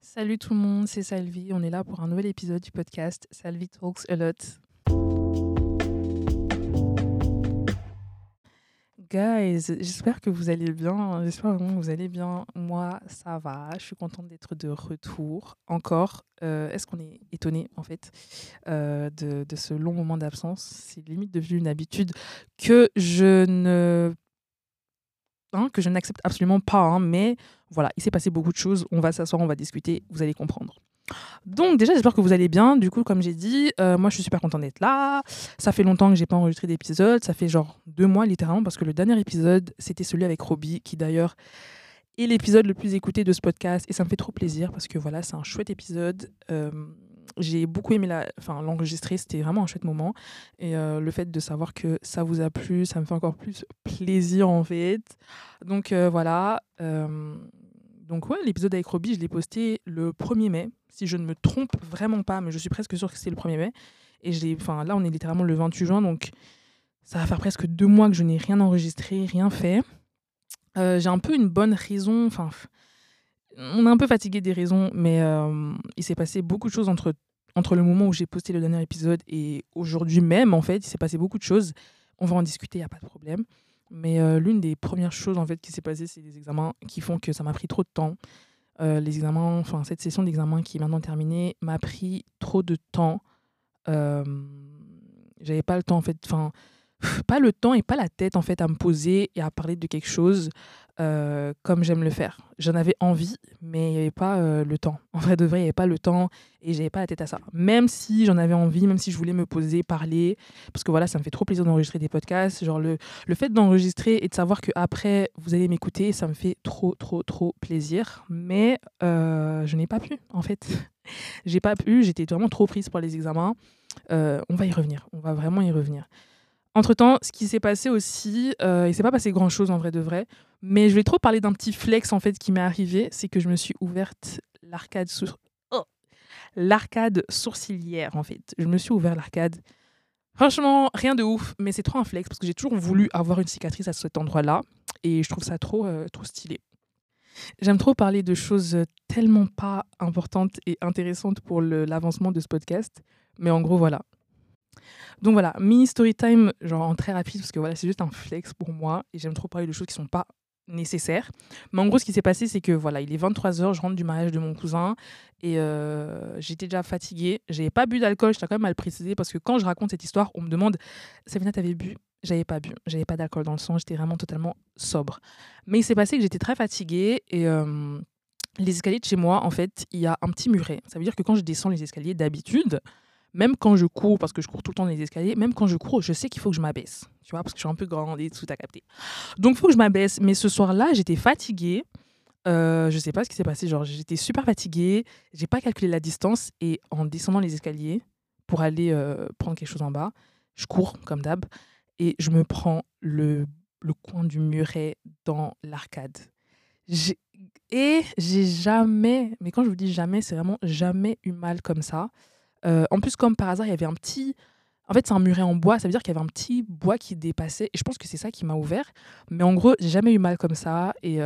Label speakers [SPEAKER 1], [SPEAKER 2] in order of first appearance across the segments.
[SPEAKER 1] Salut tout le monde, c'est Salvi. On est là pour un nouvel épisode du podcast Salvi Talks a Lot. Guys, j'espère que vous allez bien. J'espère vraiment que vous allez bien. Moi, ça va. Je suis contente d'être de retour. Encore. Est-ce qu'on est étonné, en fait, de ce long moment d'absence? C'est limite devenu une habitude que que je n'accepte absolument pas. Mais voilà, il s'est passé beaucoup de choses. On va s'asseoir, on va discuter. Vous allez comprendre. Donc déjà, j'espère que vous allez bien. Du coup, comme j'ai dit, moi, je suis super contente d'être là. Ça fait longtemps que j'ai pas enregistré d'épisode. Ça fait genre 2 mois, littéralement, parce que le dernier épisode, c'était celui avec Roby, qui d'ailleurs est l'épisode le plus écouté de ce podcast. Et ça me fait trop plaisir, parce que voilà, c'est un chouette épisode. J'ai beaucoup aimé l'enregistrer. C'était vraiment un chouette moment. Et le fait de savoir que ça vous a plu, ça me fait encore plus plaisir, en fait. Donc voilà. Donc ouais, l'épisode avec Roby, je l'ai posté le 1er mai, si je ne me trompe vraiment pas, mais je suis presque sûre que c'est le 1er mai. Et là, on est littéralement le 28 juin, donc ça va faire presque 2 mois que je n'ai rien enregistré, rien fait. J'ai un peu une bonne raison, on est un peu fatigué des raisons, mais il s'est passé beaucoup de choses entre le moment où j'ai posté le dernier épisode et aujourd'hui même, en fait. Il s'est passé beaucoup de choses. On va en discuter, il n'y a pas de problème. Mais l'une des premières choses en fait qui s'est passée, c'est les examens qui font que ça m'a pris trop de temps. Les examens, cette session d'examen qui est maintenant terminée m'a pris trop de temps. Euh, J'avais pas le temps en fait, pas le temps et pas la tête en fait à me poser et à parler de quelque chose comme j'aime le faire. J'en avais envie, mais il n'y avait pas le temps. En vrai de vrai, il n'y avait pas le temps et j'avais pas la tête à ça. Même si j'en avais envie, même si je voulais me poser, parler, parce que voilà, ça me fait trop plaisir d'enregistrer des podcasts. Genre le fait d'enregistrer et de savoir qu'après, vous allez m'écouter, ça me fait trop, trop, trop plaisir. Mais je n'ai pas pu, en fait. J'ai pas pu, j'étais vraiment trop prise par les examens. On va y revenir, on va vraiment y revenir. Entre-temps, ce qui s'est passé aussi, il s'est pas passé grand-chose en vrai de vrai, mais je vais trop parler d'un petit flex en fait qui m'est arrivé, c'est que je me suis ouverte l'arcade sourcilière en fait. Je me suis ouvert l'arcade. Franchement, rien de ouf, mais c'est trop un flex parce que j'ai toujours voulu avoir une cicatrice à cet endroit-là et je trouve ça trop stylé. J'aime trop parler de choses tellement pas importantes et intéressantes pour l'avancement de ce podcast, mais en gros voilà. Donc voilà, mini story time, genre en très rapide, parce que voilà, c'est juste un flex pour moi et j'aime trop parler de choses qui sont pas nécessaires. Mais en gros, ce qui s'est passé, c'est que voilà, il est 23h, je rentre du mariage de mon cousin et j'étais déjà fatiguée. J'avais pas bu d'alcool, je tiens quand même à le préciser, parce que quand je raconte cette histoire, on me demande Savina, t'avais bu? J'avais pas bu, j'avais pas d'alcool dans le sang, j'étais vraiment totalement sobre. Mais il s'est passé que j'étais très fatiguée et les escaliers de chez moi, en fait, il y a un petit muret. Ça veut dire que quand je descends les escaliers d'habitude, même quand je cours, parce que je cours tout le temps dans les escaliers, même quand je cours, je sais qu'il faut que je m'abaisse. Tu vois, parce que je suis un peu grande et tout, t'as capté. Donc, il faut que je m'abaisse. Mais ce soir-là, j'étais fatiguée. Je sais pas ce qui s'est passé. Genre, j'étais super fatiguée. J'ai pas calculé la distance. Et en descendant les escaliers pour aller prendre quelque chose en bas, je cours, comme d'hab. Et je me prends le coin du muret dans l'arcade. J'ai- Et j'ai jamais, mais quand je vous dis jamais, c'est vraiment jamais eu mal comme ça. En plus, comme par hasard, il y avait un petit... En fait, c'est un muret en bois, ça veut dire qu'il y avait un petit bois qui dépassait. Et je pense que c'est ça qui m'a ouvert. Mais en gros, j'ai jamais eu mal comme ça. Et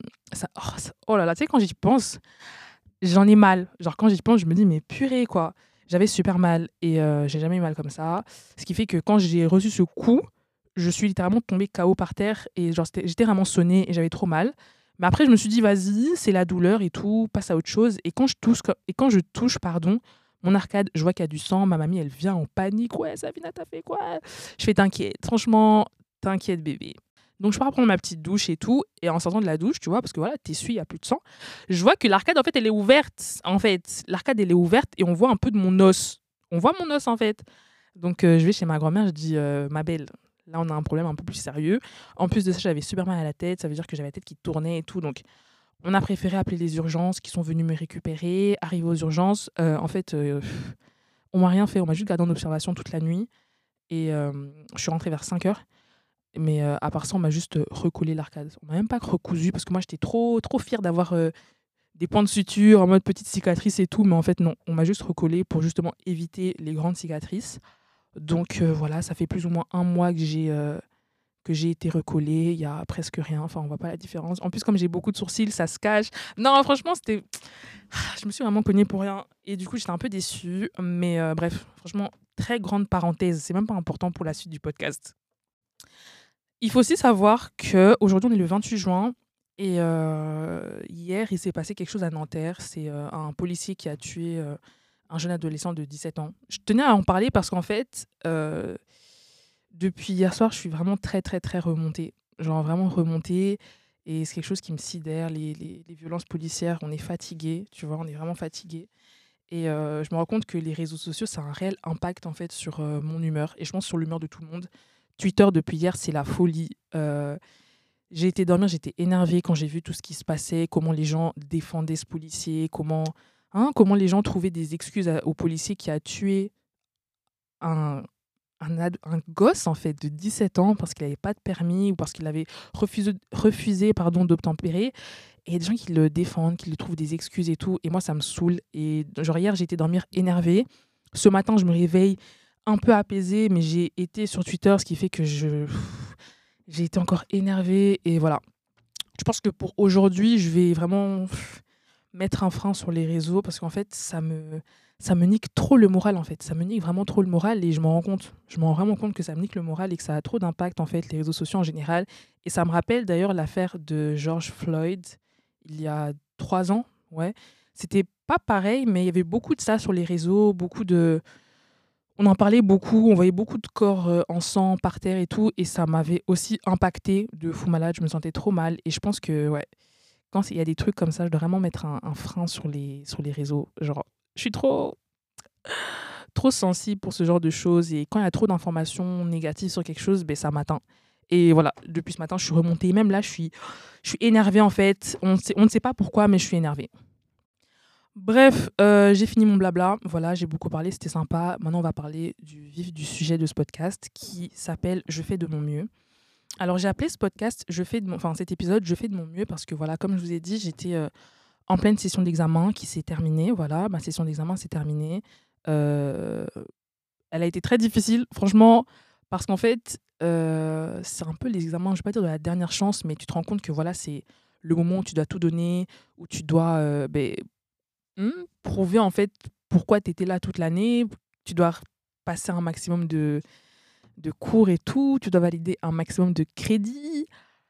[SPEAKER 1] oh là là, tu sais, quand j'y pense, j'en ai mal. Genre, quand j'y pense, je me dis, mais purée, quoi. J'avais super mal et j'ai jamais eu mal comme ça. Ce qui fait que quand j'ai reçu ce coup, je suis littéralement tombée KO par terre. Et genre, j'étais vraiment sonnée et j'avais trop mal. Mais après, je me suis dit, vas-y, c'est la douleur et tout, passe à autre chose. Et quand je touche, pardon, mon arcade, je vois qu'il y a du sang. Ma mamie, elle vient en panique. Ouais, Savina, t'as fait quoi? Je fais, t'inquiète. Franchement, t'inquiète, bébé. Donc, je pars prendre ma petite douche et tout. Et en sortant de la douche, tu vois, parce que voilà, t'essuies, il n'y a plus de sang. Je vois que l'arcade, en fait, elle est ouverte. En fait, l'arcade, elle est ouverte et on voit un peu de mon os. On voit mon os, en fait. Donc, je vais chez ma grand-mère, je dis, ma belle, là, on a un problème un peu plus sérieux. En plus de ça, j'avais super mal à la tête. Ça veut dire que j'avais la tête qui tournait et tout. Donc, on a préféré appeler les urgences qui sont venus me récupérer. Arrivé aux urgences, en fait, on m'a rien fait. On m'a juste gardé en observation toute la nuit. Et je suis rentrée vers 5h. Mais à part ça, on m'a juste recollé l'arcade. On m'a même pas recousu parce que moi, j'étais trop fière d'avoir des points de suture en mode petite cicatrice et tout. Mais en fait, non. On m'a juste recollé pour justement éviter les grandes cicatrices. Donc voilà, ça fait plus ou moins 1 mois que j'ai été recollée. Il y a presque rien. Enfin, on voit pas la différence. En plus, comme j'ai beaucoup de sourcils, ça se cache. Non, franchement, Je me suis vraiment cognée pour rien. Et du coup, j'étais un peu déçue. Mais bref, franchement, très grande parenthèse. C'est même pas important pour la suite du podcast. Il faut aussi savoir qu'aujourd'hui, on est le 28 juin. Et hier, il s'est passé quelque chose à Nanterre. C'est un policier qui a tué un jeune adolescent de 17 ans. Je tenais à en parler parce qu'en fait, depuis hier soir, je suis vraiment très, très, très remontée. Genre vraiment remontée. Et c'est quelque chose qui me sidère. Les violences policières, on est fatigué, tu vois, on est vraiment fatigué. Et je me rends compte que les réseaux sociaux, ça a un réel impact en fait sur mon humeur. Et je pense sur l'humeur de tout le monde. Twitter, depuis hier, c'est la folie. J'ai été dormir, j'étais énervée quand j'ai vu tout ce qui se passait, comment les gens défendaient ce policier, comment les gens trouvaient des excuses au policier qui a tué un, un gosse en fait de 17 ans parce qu'il n'avait pas de permis ou parce qu'il avait refusé d'obtempérer. Et il y a des gens qui le défendent, qui lui trouvent des excuses et tout. Et moi, ça me saoule. Et genre hier, j'ai été dormir énervée. Ce matin, je me réveille un peu apaisée, mais j'ai été sur Twitter, ce qui fait que j'ai été encore énervée. Et voilà. Je pense que pour aujourd'hui, je vais vraiment mettre un frein sur les réseaux parce qu'en fait, ça me nique trop le moral en fait. Ça me nique vraiment trop le moral et je m'en rends compte. Je me rends vraiment compte que ça me nique le moral et que ça a trop d'impact en fait, les réseaux sociaux en général. Et ça me rappelle d'ailleurs l'affaire de George Floyd il y a 3 ans. Ouais. C'était pas pareil, mais il y avait beaucoup de ça sur les réseaux, on en parlait beaucoup, on voyait beaucoup de corps en sang par terre et tout, et ça m'avait aussi impacté de fou malade. Je me sentais trop mal et je pense que ouais, quand il y a des trucs comme ça, je dois vraiment mettre un frein sur les réseaux. Genre, je suis trop sensible pour ce genre de choses. Et quand il y a trop d'informations négatives sur quelque chose, ben, ça m'atteint. Et voilà, depuis ce matin, je suis remontée. Même là, je suis énervée en fait. On ne sait pas pourquoi, mais je suis énervée. Bref, j'ai fini mon blabla. Voilà, j'ai beaucoup parlé, c'était sympa. Maintenant, on va parler du vif du sujet de ce podcast qui s'appelle Je fais de mon mieux. Alors, j'ai appelé ce podcast cet épisode Je fais de mon mieux parce que voilà, comme je vous ai dit, j'étais en pleine session d'examen qui s'est terminée. Voilà, ma session d'examen s'est terminée. Euh, Elle a été très difficile, franchement, parce qu'en fait, c'est un peu les examens, je vais pas dire de la dernière chance, mais tu te rends compte que voilà, c'est le moment où tu dois tout donner, où tu dois prouver en fait pourquoi tu étais là toute l'année. Tu dois passer un maximum de cours et tout, tu dois valider un maximum de crédits.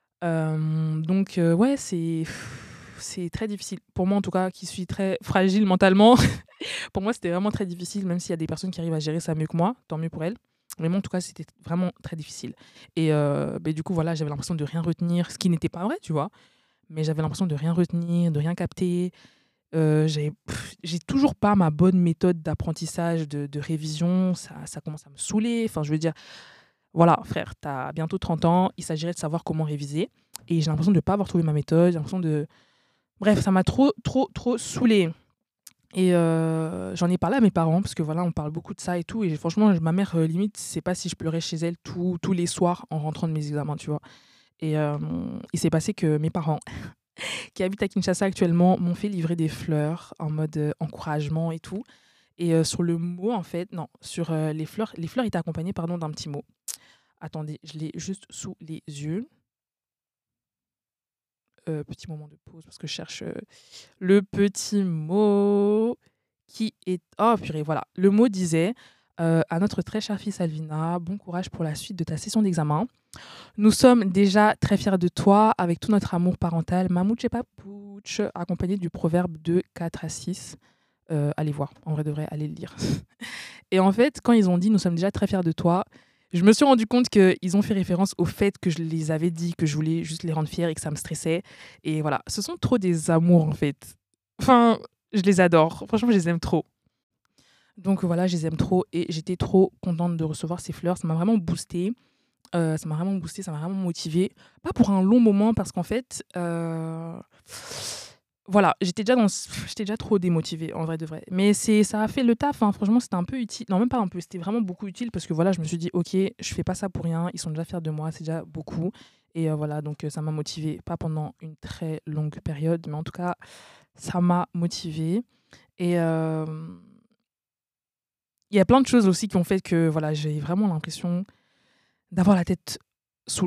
[SPEAKER 1] Donc, ouais, c'est très difficile. Pour moi, en tout cas, qui suis très fragile mentalement, pour moi, c'était vraiment très difficile, même s'il y a des personnes qui arrivent à gérer ça mieux que moi, tant mieux pour elles. Mais moi, en tout cas, c'était vraiment très difficile. Et du coup, voilà, j'avais l'impression de rien retenir, ce qui n'était pas vrai, tu vois. Mais j'avais l'impression de rien retenir, de rien capter. J'ai toujours pas ma bonne méthode d'apprentissage, de révision. Ça commence à me saouler. Enfin, je veux dire, voilà, frère, tu as bientôt 30 ans, il s'agirait de savoir comment réviser. Et j'ai l'impression de ne pas avoir trouvé ma méthode. J'ai l'impression de. Bref, ça m'a trop, trop, trop saoulée. Et j'en ai parlé à mes parents, parce que voilà, on parle beaucoup de ça et tout. Et franchement, ma mère, limite, c'est pas si je pleurais chez elle tous les soirs en rentrant de mes examens, tu vois. Et il s'est passé que mes parents, qui habitent à Kinshasa actuellement, m'ont fait livrer des fleurs en mode encouragement et tout. Et sur le mot, en fait, non, sur les fleurs étaient accompagnées, pardon, d'un petit mot. Attendez, je l'ai juste sous les yeux. Petit moment de pause parce que je cherche le petit mot qui est... Oh purée, voilà. Le mot disait à notre très chère fille Salvina, bon courage pour la suite de ta session d'examen. Nous sommes déjà très fiers de toi avec tout notre amour parental. Mamouche et papouche, accompagné du proverbe de 4 à 6. Allez voir, en vrai de vrai, allez le lire. Et en fait, quand ils ont dit nous sommes déjà très fiers de toi, je me suis rendu compte qu'ils ont fait référence au fait que je les avais dit que je voulais juste les rendre fiers et que ça me stressait. Et voilà, ce sont trop des amours en fait. Enfin, je les adore. Franchement, je les aime trop. Donc voilà, je les aime trop et j'étais trop contente de recevoir ces fleurs. Ça m'a vraiment boostée. Ça m'a vraiment motivée. Pas pour un long moment parce qu'en fait, voilà, j'étais déjà trop démotivée en vrai de vrai. Mais ça a fait le taf, hein. Franchement, c'était un peu utile. Non, même pas un peu, c'était vraiment beaucoup utile parce que voilà, je me suis dit, ok, je fais pas ça pour rien. Ils sont déjà fiers de moi, c'est déjà beaucoup. Et voilà, donc ça m'a motivée, pas pendant une très longue période, mais en tout cas, ça m'a motivée. Et il y a plein de choses aussi qui ont fait que voilà, j'ai vraiment l'impression d'avoir la tête sous l'eau.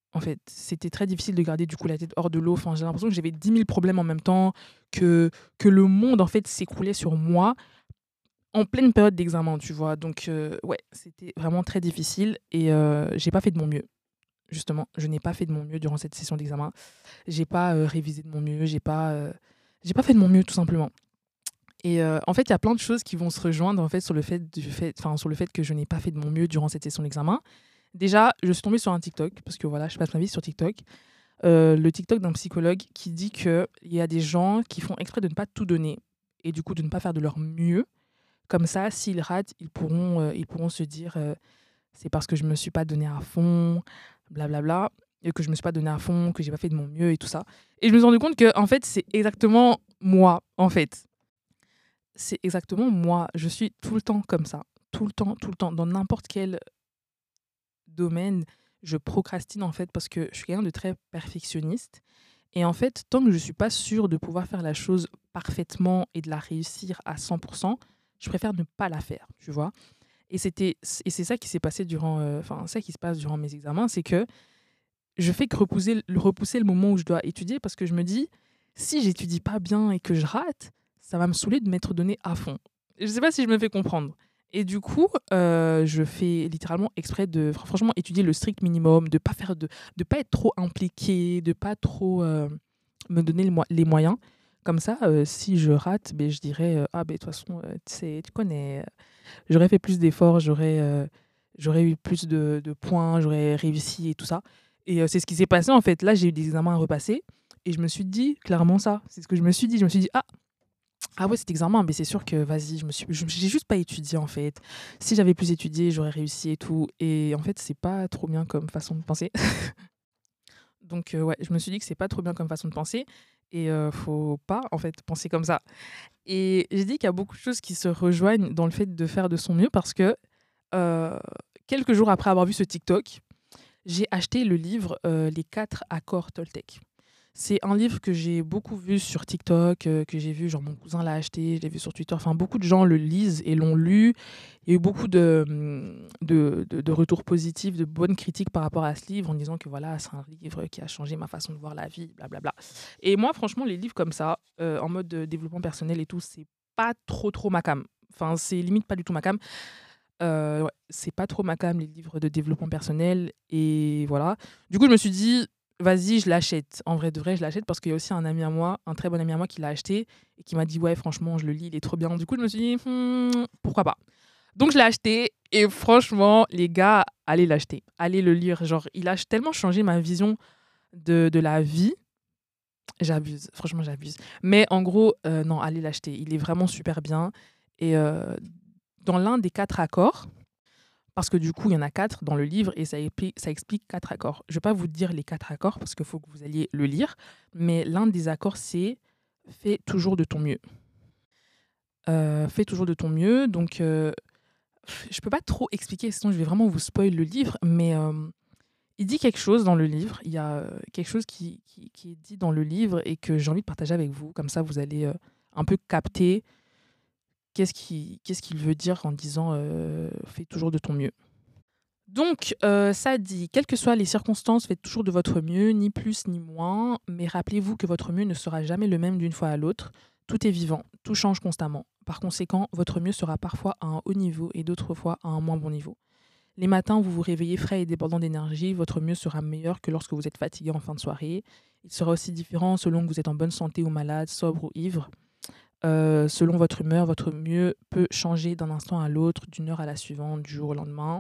[SPEAKER 1] En fait, c'était très difficile de garder du coup la tête hors de l'eau. Enfin, j'ai l'impression que j'avais 10 000 problèmes en même temps, que que le monde en fait s'écroulait sur moi en pleine période d'examen, tu vois? Donc ouais, c'était vraiment très difficile et j'ai pas fait de mon mieux. Justement, je n'ai pas fait de mon mieux durant cette session d'examen. J'ai pas, révisé de mon mieux, j'ai pas fait de mon mieux tout simplement et en fait, il y a plein de choses qui vont se rejoindre en fait sur le fait que je n'ai pas fait de mon mieux durant cette session d'examen. Déjà, je suis tombée sur un TikTok parce que voilà, je passe ma vie sur TikTok. Le TikTok d'un psychologue qui dit qu'il y a des gens qui font exprès de ne pas tout donner et du coup de ne pas faire de leur mieux. Comme ça, s'ils ratent, ils pourront se dire, «C'est parce que je me suis pas donné à fond, blablabla et que je me suis pas donné à fond, que j'ai pas fait de mon mieux et tout ça» et je me suis rendu compte que en fait, c'est exactement moi, en fait. C'est exactement moi. Je suis tout le temps comme ça. Tout le temps. Dans n'importe quel domaine, je procrastine, en fait, parce que je suis quelqu'un de très perfectionniste et en fait, tant que je suis pas sûre de pouvoir faire la chose parfaitement et de la réussir à 100, je préfère ne pas la faire, tu vois? Et c'est ça qui s'est passé durant, enfin, ça qui se passe durant mes examens, c'est que je fais que repousser le moment où je dois étudier parce que je me dis: «Si j'étudie pas bien et que je rate, ça va me saouler de m'être donné à fond». Je sais pas si je me fais comprendre et du coup, je fais littéralement exprès de franchement étudier le strict minimum, de pas être trop impliquée, de pas trop, me donner les moyens. Comme ça, si je rate, beh, je dirais, «Ah beh, de toute façon, tu connais, j'aurais fait plus d'efforts, j'aurais eu plus de points, j'aurais réussi et tout ça» et c'est ce qui s'est passé, en fait. Là, j'ai eu des examens à repasser et je me suis dit clairement ça. C'est ce que je me suis dit. Je me suis dit: «Ah ouais, cet examen, mais c'est sûr que vas-y, j'ai juste pas étudié, en fait. Si j'avais plus étudié, j'aurais réussi et tout» et en fait, c'est pas trop bien comme façon de penser. Donc ouais, je me suis dit que c'est pas trop bien comme façon de penser et faut pas, en fait, penser comme ça et j'ai dit qu'il y a beaucoup de choses qui se rejoignent dans le fait de faire de son mieux parce que, heu, quelques jours après avoir vu ce TikTok, j'ai acheté le livre, Les 4 accords Toltec. C'est un livre que j'ai beaucoup vu sur TikTok, que j'ai vu, genre mon cousin l'a acheté, je l'ai vu sur Twitter, enfin beaucoup de gens le lisent et l'ont lu. Il y a eu beaucoup de retours positifs, de bonnes critiques par rapport à ce livre en disant que voilà, c'est un livre qui a changé ma façon de voir la vie, blablabla. Et moi, franchement, les livres comme ça, en mode développement personnel et tout, c'est pas trop ma came. Enfin, c'est limite pas du tout ma came. Ouais, c'est pas trop ma came, les livres de développement personnel et voilà. Du coup, je me suis dit: «Vas-y, je l'achète». En vrai de vrai, je l'achète parce qu'il y a aussi un ami à moi, un très bon ami à moi qui l'a acheté et qui m'a dit: «Ouais, franchement, je le lis, il est trop bien». Du coup, je me suis dit: pourquoi pas?» Donc je l'ai acheté et franchement, les gars, allez l'acheter, allez le lire. Genre, il a tellement changé ma vision de la vie. J'abuse, franchement, j'abuse. Mais en gros, non, allez l'acheter. Il est vraiment super bien et dans l'un des 4 accords parce que du coup, il y en a 4 dans le livre et ça explique 4 accords. Je ne vais pas vous dire les 4 accords parce qu'il faut que vous alliez le lire, mais l'un des accords, c'est: «Fais toujours de ton mieux». Fais toujours de ton mieux, donc je peux pas trop expliquer, sinon je vais vraiment vous spoil le livre, mais il dit quelque chose dans le livre. Il y a, quelque chose qui est dit dans le livre et que j'ai envie de partager avec vous. Comme ça, vous allez, un peu capter qu'est-ce qu'il veut dire en disant, «Fais toujours de ton mieux». Donc, ça dit: «Quelles que soient les circonstances, faites toujours de votre mieux, ni plus ni moins, mais rappelez-vous que votre mieux ne sera jamais le même d'une fois à l'autre. Tout est vivant, tout change constamment. Par conséquent, votre mieux sera parfois à un haut niveau et d'autres fois à un moins bon niveau. Les matins où vous vous réveillez frais et débordant d'énergie, votre mieux sera meilleur que lorsque vous êtes fatigué en fin de soirée. Il sera aussi différent selon que vous êtes en bonne santé ou malade, sobre ou ivre. Selon votre humeur, votre mieux peut changer d'un instant à l'autre, d'une heure à la suivante, du jour au lendemain.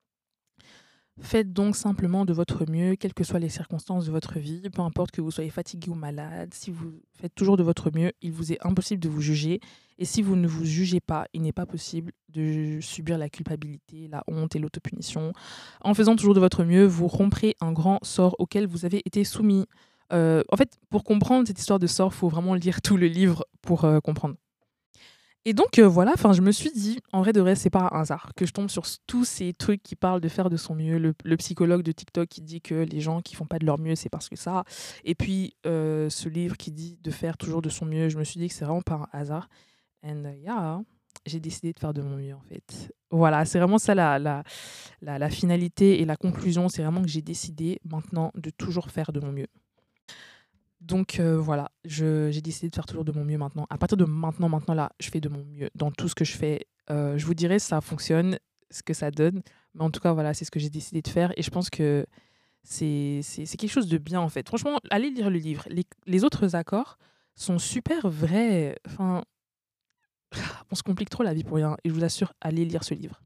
[SPEAKER 1] Faites donc simplement de votre mieux, quelles que soient les circonstances de votre vie, peu importe que vous soyez fatigué ou malade. Si vous faites toujours de votre mieux, il vous est impossible de vous juger. Et si vous ne vous jugez pas, il n'est pas possible de subir la culpabilité, la honte et l'autopunition. En faisant toujours de votre mieux, vous romprez un grand sort auquel vous avez été soumis. En fait, pour comprendre cette histoire de sort, il faut vraiment lire tout le livre pour comprendre. Et donc voilà, enfin je me suis dit, en vrai de vrai, c'est pas un hasard que je tombe sur tous ces trucs qui parlent de faire de son mieux. Le psychologue de TikTok qui dit que les gens qui font pas de leur mieux, c'est parce que ça. Et puis ce livre qui dit de faire toujours de son mieux. Je me suis dit que c'est vraiment pas un hasard. And yeah, j'ai décidé de faire de mon mieux, en fait. Voilà, c'est vraiment ça la finalité et la conclusion. C'est vraiment que j'ai décidé maintenant de toujours faire de mon mieux. Donc voilà, j'ai décidé de faire toujours de mon mieux maintenant. À partir de maintenant là, je fais de mon mieux dans tout ce que je fais. Je vous dirai si ça fonctionne, ce que ça donne. Mais en tout cas, voilà, c'est ce que j'ai décidé de faire. Et je pense que c'est quelque chose de bien, en fait. Franchement, allez lire le livre. Les autres accords sont super vrais. Enfin, on se complique trop la vie pour rien. Et je vous assure, allez lire ce livre.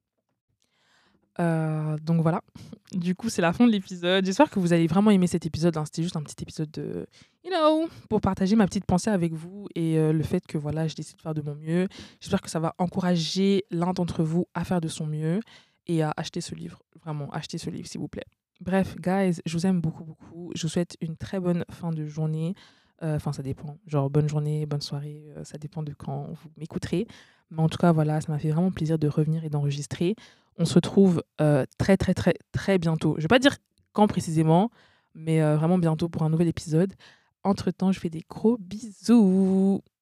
[SPEAKER 1] Donc voilà. Du coup, c'est la fin de l'épisode. J'espère que vous allez vraiment aimer cet épisode, hein. C'était juste un petit épisode de, pour partager ma petite pensée avec vous et le fait que voilà, je décide de faire de mon mieux. J'espère que ça va encourager l'un d'entre vous à faire de son mieux et à acheter ce livre. Vraiment, achetez ce livre, s'il vous plaît. Bref, guys, je vous aime beaucoup, beaucoup. Je vous souhaite une très bonne fin de journée. Enfin, ça dépend. Genre, bonne journée, bonne soirée. Ça dépend de quand vous m'écouterez. Mais en tout cas, voilà, ça m'a fait vraiment plaisir de revenir et d'enregistrer. On se retrouve très, très, très, très bientôt. Je ne vais pas dire quand précisément, mais vraiment bientôt pour un nouvel épisode. Entre-temps, je fais des gros bisous.